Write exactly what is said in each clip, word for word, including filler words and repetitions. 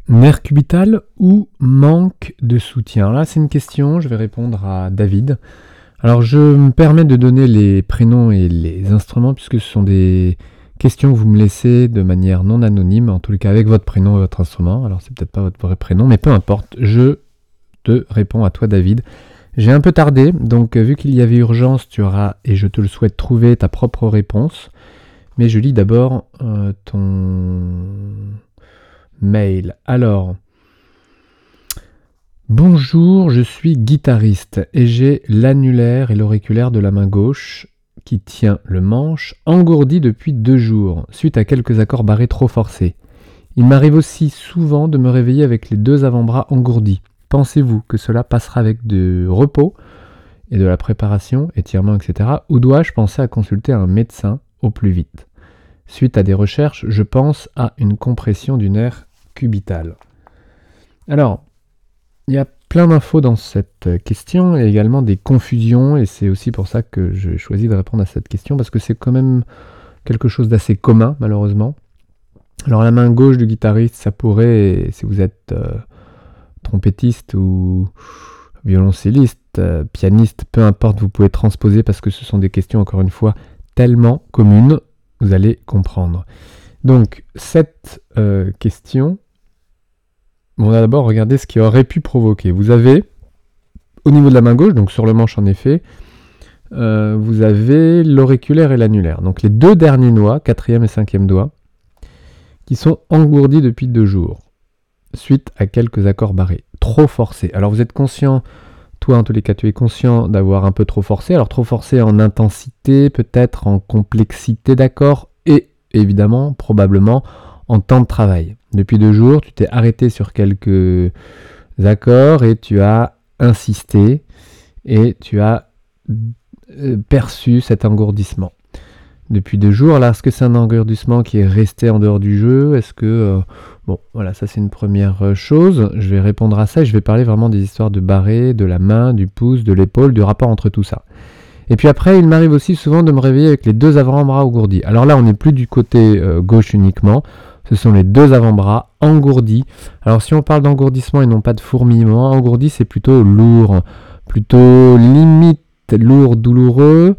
Nerf cubital ou manque de soutien? Alors là, c'est une question, je vais répondre à David. Alors, je me permets de donner les prénoms et les instruments puisque ce sont des questions que vous me laissez de manière non anonyme, en tous les cas avec votre prénom et votre instrument. Alors, c'est peut-être pas votre vrai prénom, mais peu importe, je te réponds à toi, David. J'ai un peu tardé, donc vu qu'il y avait urgence, tu auras, et je te le souhaite, trouver ta propre réponse. Mais je lis d'abord euh, ton mail. Alors, bonjour, je suis guitariste et j'ai l'annulaire et l'auriculaire de la main gauche qui tient le manche engourdi depuis deux jours, suite à quelques accords barrés trop forcés. Il m'arrive aussi souvent de me réveiller avec les deux avant-bras engourdis. Pensez-vous que cela passera avec du repos et de la préparation, étirement, et cetera, ou dois-je penser à consulter un médecin au plus vite? Suite à des recherches, je pense à une compression du nerf cubital. Alors, il y a plein d'infos dans cette question et également des confusions, et c'est aussi pour ça que j'ai choisi de répondre à cette question, parce que c'est quand même quelque chose d'assez commun, malheureusement. Alors, la main gauche du guitariste, ça pourrait, si vous êtes euh, trompettiste ou violoncelliste, euh, pianiste, peu importe, vous pouvez transposer parce que ce sont des questions, encore une fois, tellement communes, vous allez comprendre. Donc, cette euh, question, on va d'abord regarder ce qui aurait pu provoquer. Vous avez, au niveau de la main gauche, donc sur le manche en effet, euh, vous avez l'auriculaire et l'annulaire. Donc les deux derniers doigts, quatrième et cinquième doigt, qui sont engourdis depuis deux jours, suite à quelques accords barrés, trop forcés. Alors vous êtes conscient, toi en tous les cas tu es conscient d'avoir un peu trop forcé, alors trop forcé en intensité, peut-être en complexité d'accords, et évidemment, probablement, en temps de travail. Depuis deux jours, tu t'es arrêté sur quelques accords et tu as insisté et tu as perçu cet engourdissement. Depuis deux jours, là, est-ce que c'est un engourdissement qui est resté en dehors du jeu? Est-ce que... Euh, bon, voilà, ça c'est une première chose. Je vais répondre à ça et je vais parler vraiment des histoires de barré, de la main, du pouce, de l'épaule, du rapport entre tout ça. Et puis après, il m'arrive aussi souvent de me réveiller avec les deux avant-bras engourdis. Alors là, on n'est plus du côté euh, gauche uniquement. Ce sont les deux avant-bras engourdis. Alors si on parle d'engourdissement et non pas de fourmillement, engourdi c'est plutôt lourd, plutôt limite lourd, douloureux,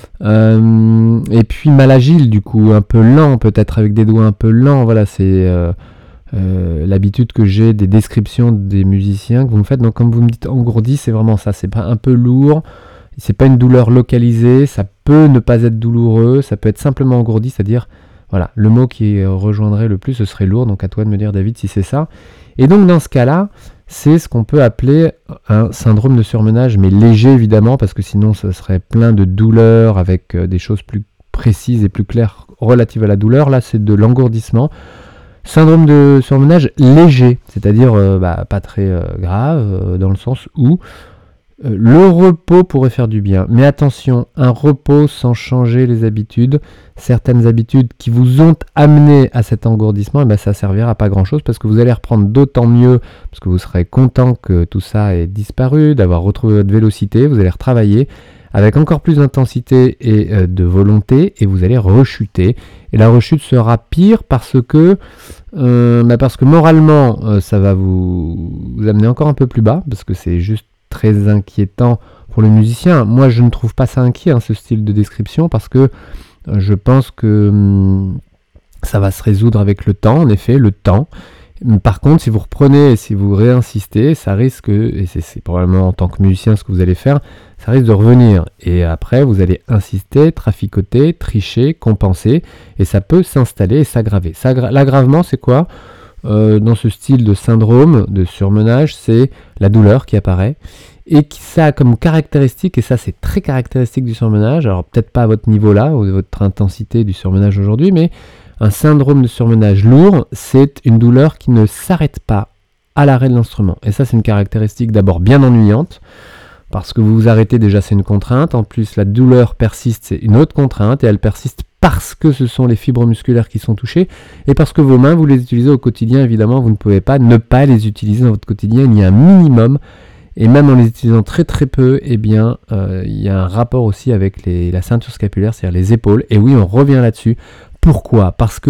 euh, et puis mal agile du coup, un peu lent peut-être avec des doigts un peu lents. Voilà, c'est euh, euh, l'habitude que j'ai des descriptions des musiciens que vous me faites. Donc comme vous me dites engourdi, c'est vraiment ça, c'est pas un peu lourd, c'est pas une douleur localisée, ça peut ne pas être douloureux, ça peut être simplement engourdi, c'est-à-dire voilà, le mot qui rejoindrait le plus, ce serait lourd, donc à toi de me dire, David, si c'est ça. Et donc, dans ce cas-là, c'est ce qu'on peut appeler un syndrome de surmenage, mais léger, évidemment, parce que sinon, ça serait plein de douleurs avec des choses plus précises et plus claires relatives à la douleur. Là, c'est de l'engourdissement. Syndrome de surmenage léger, c'est-à-dire euh, bah, pas très euh, grave, euh, dans le sens où euh, le repos pourrait faire du bien. Mais attention, un repos sans changer les habitudes, certaines habitudes qui vous ont amené à cet engourdissement, et ben ça servira à pas grand-chose parce que vous allez reprendre d'autant mieux, parce que vous serez content que tout ça ait disparu, d'avoir retrouvé votre vélocité, vous allez retravailler avec encore plus d'intensité et euh, de volonté, et vous allez rechuter. Et la rechute sera pire parce que, euh, bah parce que moralement, euh, ça va vous, vous amener encore un peu plus bas, parce que c'est juste très inquiétant pour le musicien. Moi, je ne trouve pas ça inquiet, hein, ce style de description, parce que euh, je pense que hum, ça va se résoudre avec le temps, en effet, le temps. Par contre, si vous reprenez et si vous réinsistez, ça risque, et c'est, c'est probablement en tant que musicien ce que vous allez faire, ça risque de revenir. Et après, vous allez insister, traficoter, tricher, compenser, et ça peut s'installer et s'aggraver. Ça, l'aggravement, c'est quoi ? Euh, dans ce style de syndrome de surmenage, c'est la douleur qui apparaît et qui ça a comme caractéristique, et ça c'est très caractéristique du surmenage, alors peut-être pas à votre niveau là ou de votre intensité du surmenage aujourd'hui, mais un syndrome de surmenage lourd, c'est une douleur qui ne s'arrête pas à l'arrêt de l'instrument. Et ça c'est une caractéristique d'abord bien ennuyante, parce que vous vous arrêtez déjà, c'est une contrainte, en plus la douleur persiste, c'est une autre contrainte, et elle persiste parce que ce sont les fibres musculaires qui sont touchées, et parce que vos mains, vous les utilisez au quotidien, évidemment, vous ne pouvez pas ne pas les utiliser dans votre quotidien, il y a un minimum, et même en les utilisant très très peu, eh bien, euh, il y a un rapport aussi avec les, la ceinture scapulaire, c'est-à-dire les épaules, et oui, on revient là-dessus. Pourquoi ? Parce que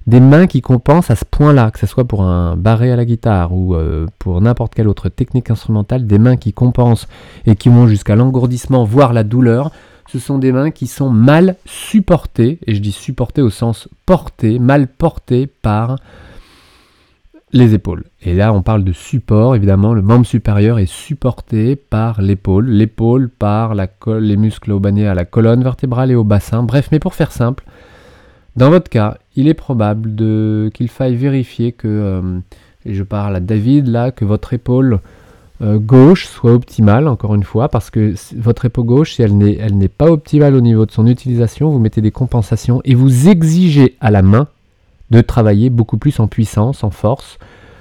des mains qui compensent à ce point-là, que ce soit pour un barré à la guitare ou euh, pour n'importe quelle autre technique instrumentale, des mains qui compensent et qui vont jusqu'à l'engourdissement, voire la douleur, ce sont des mains qui sont mal supportées, et je dis supportées au sens portées, mal portées par les épaules. Et là, on parle de support, évidemment, le membre supérieur est supporté par l'épaule, l'épaule par la col- les muscles au bannier à la colonne vertébrale et au bassin. Bref, mais pour faire simple, dans votre cas, il est probable de, qu'il faille vérifier que, euh, et je parle à David là, que votre épaule euh, gauche soit optimale, encore une fois, parce que votre épaule gauche, si elle n'est, elle n'est pas optimale au niveau de son utilisation, vous mettez des compensations et vous exigez à la main de travailler beaucoup plus en puissance, en force.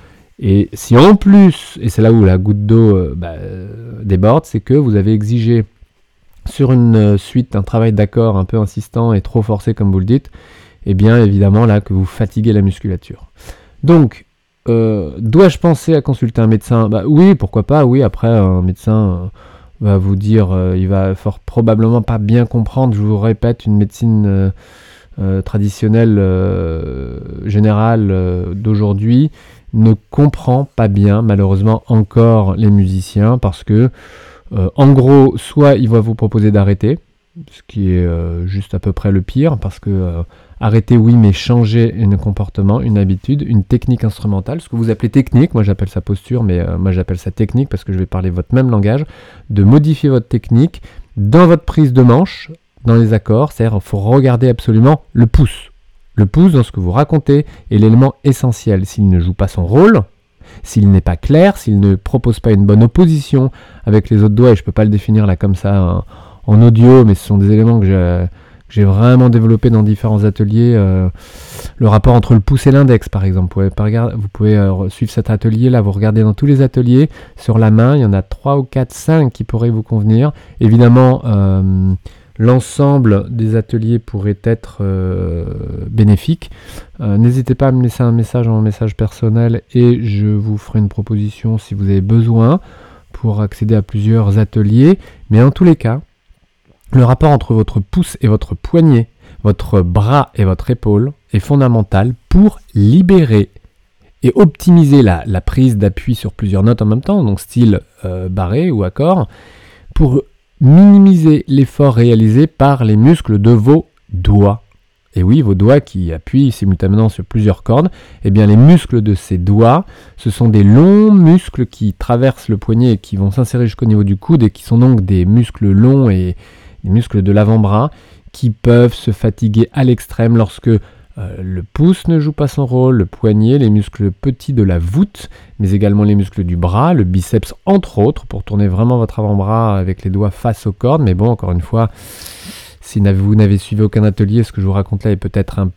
Et si en plus, et c'est là où la goutte d'eau euh, bah, euh, déborde, c'est que vous avez exigé sur une euh, suite un travail d'accord un peu insistant et trop forcé comme vous le dites, et bien évidemment là que vous fatiguez la musculature. Donc, euh, dois-je penser à consulter un médecin ? Bah oui, pourquoi pas, oui, après un médecin euh, va vous dire, euh, il va fort probablement pas bien comprendre, je vous répète, une médecine euh, euh, traditionnelle euh, générale euh, d'aujourd'hui ne comprend pas bien malheureusement encore les musiciens parce que euh, en gros, soit il va vous proposer d'arrêter, ce qui est euh, juste à peu près le pire, parce que euh, arrêter oui, mais changer un comportement, une habitude, une technique instrumentale, ce que vous appelez technique, moi j'appelle ça posture, mais euh, moi j'appelle ça technique parce que je vais parler votre même langage, de modifier votre technique dans votre prise de manche, dans les accords, c'est-à-dire qu'il faut regarder absolument le pouce. Le pouce dans ce que vous racontez est l'élément essentiel. S'il ne joue pas son rôle, s'il n'est pas clair, s'il ne propose pas une bonne opposition avec les autres doigts, et je ne peux pas le définir là comme ça en, en audio, mais ce sont des éléments que j'ai, que j'ai vraiment développés dans différents ateliers. Euh, le rapport entre le pouce et l'index, par exemple. Vous pouvez, pas regarder, vous pouvez euh, suivre cet atelier-là, vous regardez dans tous les ateliers, sur la main, il y en a trois ou quatre, cinq qui pourraient vous convenir. Évidemment, euh, l'ensemble des ateliers pourrait être euh, bénéfique. Euh, n'hésitez pas à me laisser un message en message personnel et je vous ferai une proposition si vous avez besoin pour accéder à plusieurs ateliers. Mais en tous les cas, le rapport entre votre pouce et votre poignet, votre bras et votre épaule est fondamental pour libérer et optimiser la, la prise d'appui sur plusieurs notes en même temps, donc style euh, barré ou accord, pour minimiser l'effort réalisé par les muscles de vos doigts. Et oui, vos doigts qui appuient simultanément sur plusieurs cordes, eh bien les muscles de ces doigts, ce sont des longs muscles qui traversent le poignet et qui vont s'insérer jusqu'au niveau du coude et qui sont donc des muscles longs et des muscles de l'avant-bras qui peuvent se fatiguer à l'extrême lorsque Euh, le pouce ne joue pas son rôle, le poignet, les muscles petits de la voûte, mais également les muscles du bras, le biceps entre autres, pour tourner vraiment votre avant-bras avec les doigts face aux cordes. Mais bon, encore une fois, si vous n'avez suivi aucun atelier, ce que je vous raconte là est peut-être un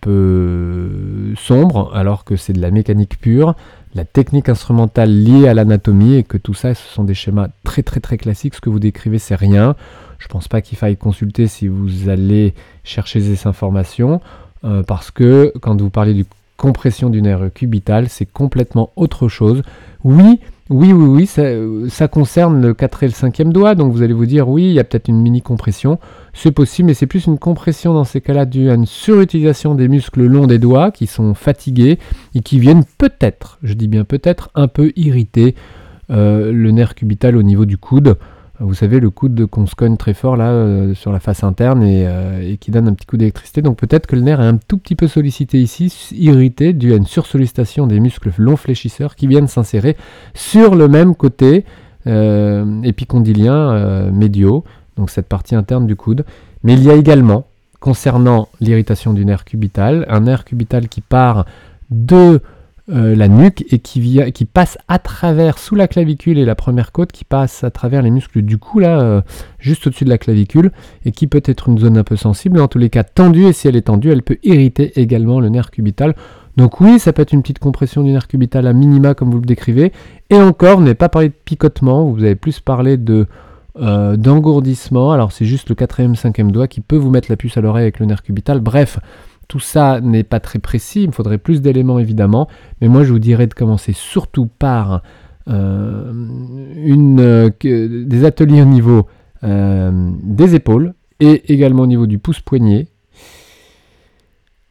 peu sombre, alors que c'est de la mécanique pure, la technique instrumentale liée à l'anatomie, et que tout ça, ce sont des schémas très très très classiques. Ce que vous décrivez, c'est rien. Je ne pense pas qu'il faille consulter si vous allez chercher ces informations. Euh, parce que quand vous parlez de compression du nerf cubital, c'est complètement autre chose. Oui, oui, oui, oui, ça, ça concerne le quatre et le cinquième doigt, donc vous allez vous dire, oui, il y a peut-être une mini-compression, c'est possible, mais c'est plus une compression dans ces cas-là due à une surutilisation des muscles longs des doigts qui sont fatigués et qui viennent peut-être, je dis bien peut-être, un peu irriter euh, le nerf cubital au niveau du coude. Vous savez, le coude qu'on se cogne très fort là euh, sur la face interne et, euh, et qui donne un petit coup d'électricité. Donc peut-être que le nerf est un tout petit peu sollicité ici, irrité, dû à une sursollicitation des muscles longs fléchisseurs qui viennent s'insérer sur le même côté euh, épicondylien euh, médiaux, donc cette partie interne du coude. Mais il y a également, concernant l'irritation du nerf cubital, un nerf cubital qui part de Euh, la nuque et qui, via, qui passe à travers, sous la clavicule et la première côte, qui passe à travers les muscles du cou, là, euh, juste au-dessus de la clavicule, et qui peut être une zone un peu sensible, en tous les cas tendue, et si elle est tendue, elle peut irriter également le nerf cubital. Donc oui, ça peut être une petite compression du nerf cubital à minima, comme vous le décrivez, et encore, vous n'avez pas parlé de picotement, vous avez plus parlé de, euh, d'engourdissement, alors c'est juste le quatrième, cinquième doigt qui peut vous mettre la puce à l'oreille avec le nerf cubital, bref. Tout ça n'est pas très précis, il me faudrait plus d'éléments évidemment, mais moi je vous dirais de commencer surtout par euh, une, euh, que, des ateliers au niveau euh, des épaules et également au niveau du pouce-poignet.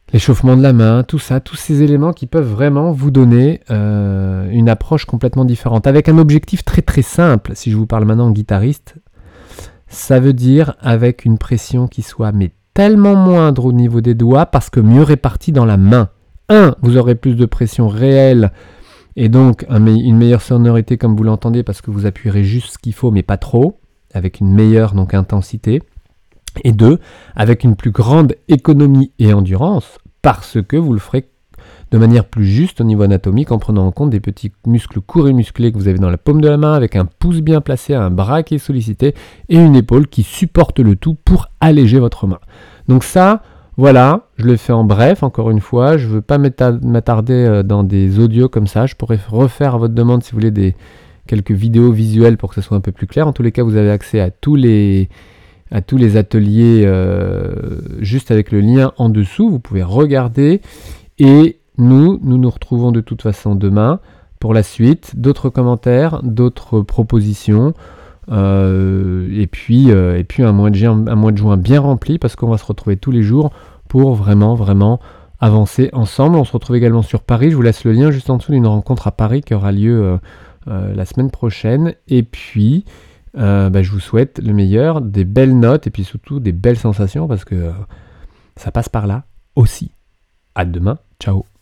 l'échauffement de la main, tout ça, tous ces éléments qui peuvent vraiment vous donner euh, une approche complètement différente, avec un objectif très très simple. Si je vous parle maintenant en guitariste, ça veut dire avec une pression qui soit mais tellement moindre au niveau des doigts parce que mieux répartie dans la main. Un, vous aurez plus de pression réelle et donc un me- une meilleure sonorité comme vous l'entendez parce que vous appuierez juste ce qu'il faut mais pas trop, avec une meilleure donc intensité. Et deux, avec une plus grande économie et endurance parce que vous le ferez de manière plus juste au niveau anatomique en prenant en compte des petits muscles courts et musclés que vous avez dans la paume de la main avec un pouce bien placé, un bras qui est sollicité et une épaule qui supporte le tout pour alléger votre main. Donc ça, voilà, je le fais en bref, encore une fois, je ne veux pas m'éta- m'attarder dans des audios comme ça, je pourrais refaire à votre demande si vous voulez des, quelques vidéos visuelles pour que ce soit un peu plus clair. En tous les cas, vous avez accès à tous les, à tous les ateliers euh, juste avec le lien en dessous, vous pouvez regarder et Nous, nous nous retrouvons de toute façon demain pour la suite, d'autres commentaires, d'autres propositions, euh, et, puis, euh, et puis un mois, de juin, un mois de juin bien rempli parce qu'on va se retrouver tous les jours pour vraiment, vraiment avancer ensemble. On se retrouve également sur Paris, je vous laisse le lien juste en dessous d'une rencontre à Paris qui aura lieu euh, euh, la semaine prochaine. Et puis, euh, bah, je vous souhaite le meilleur, des belles notes et puis surtout des belles sensations parce que euh, ça passe par là aussi. À demain, ciao.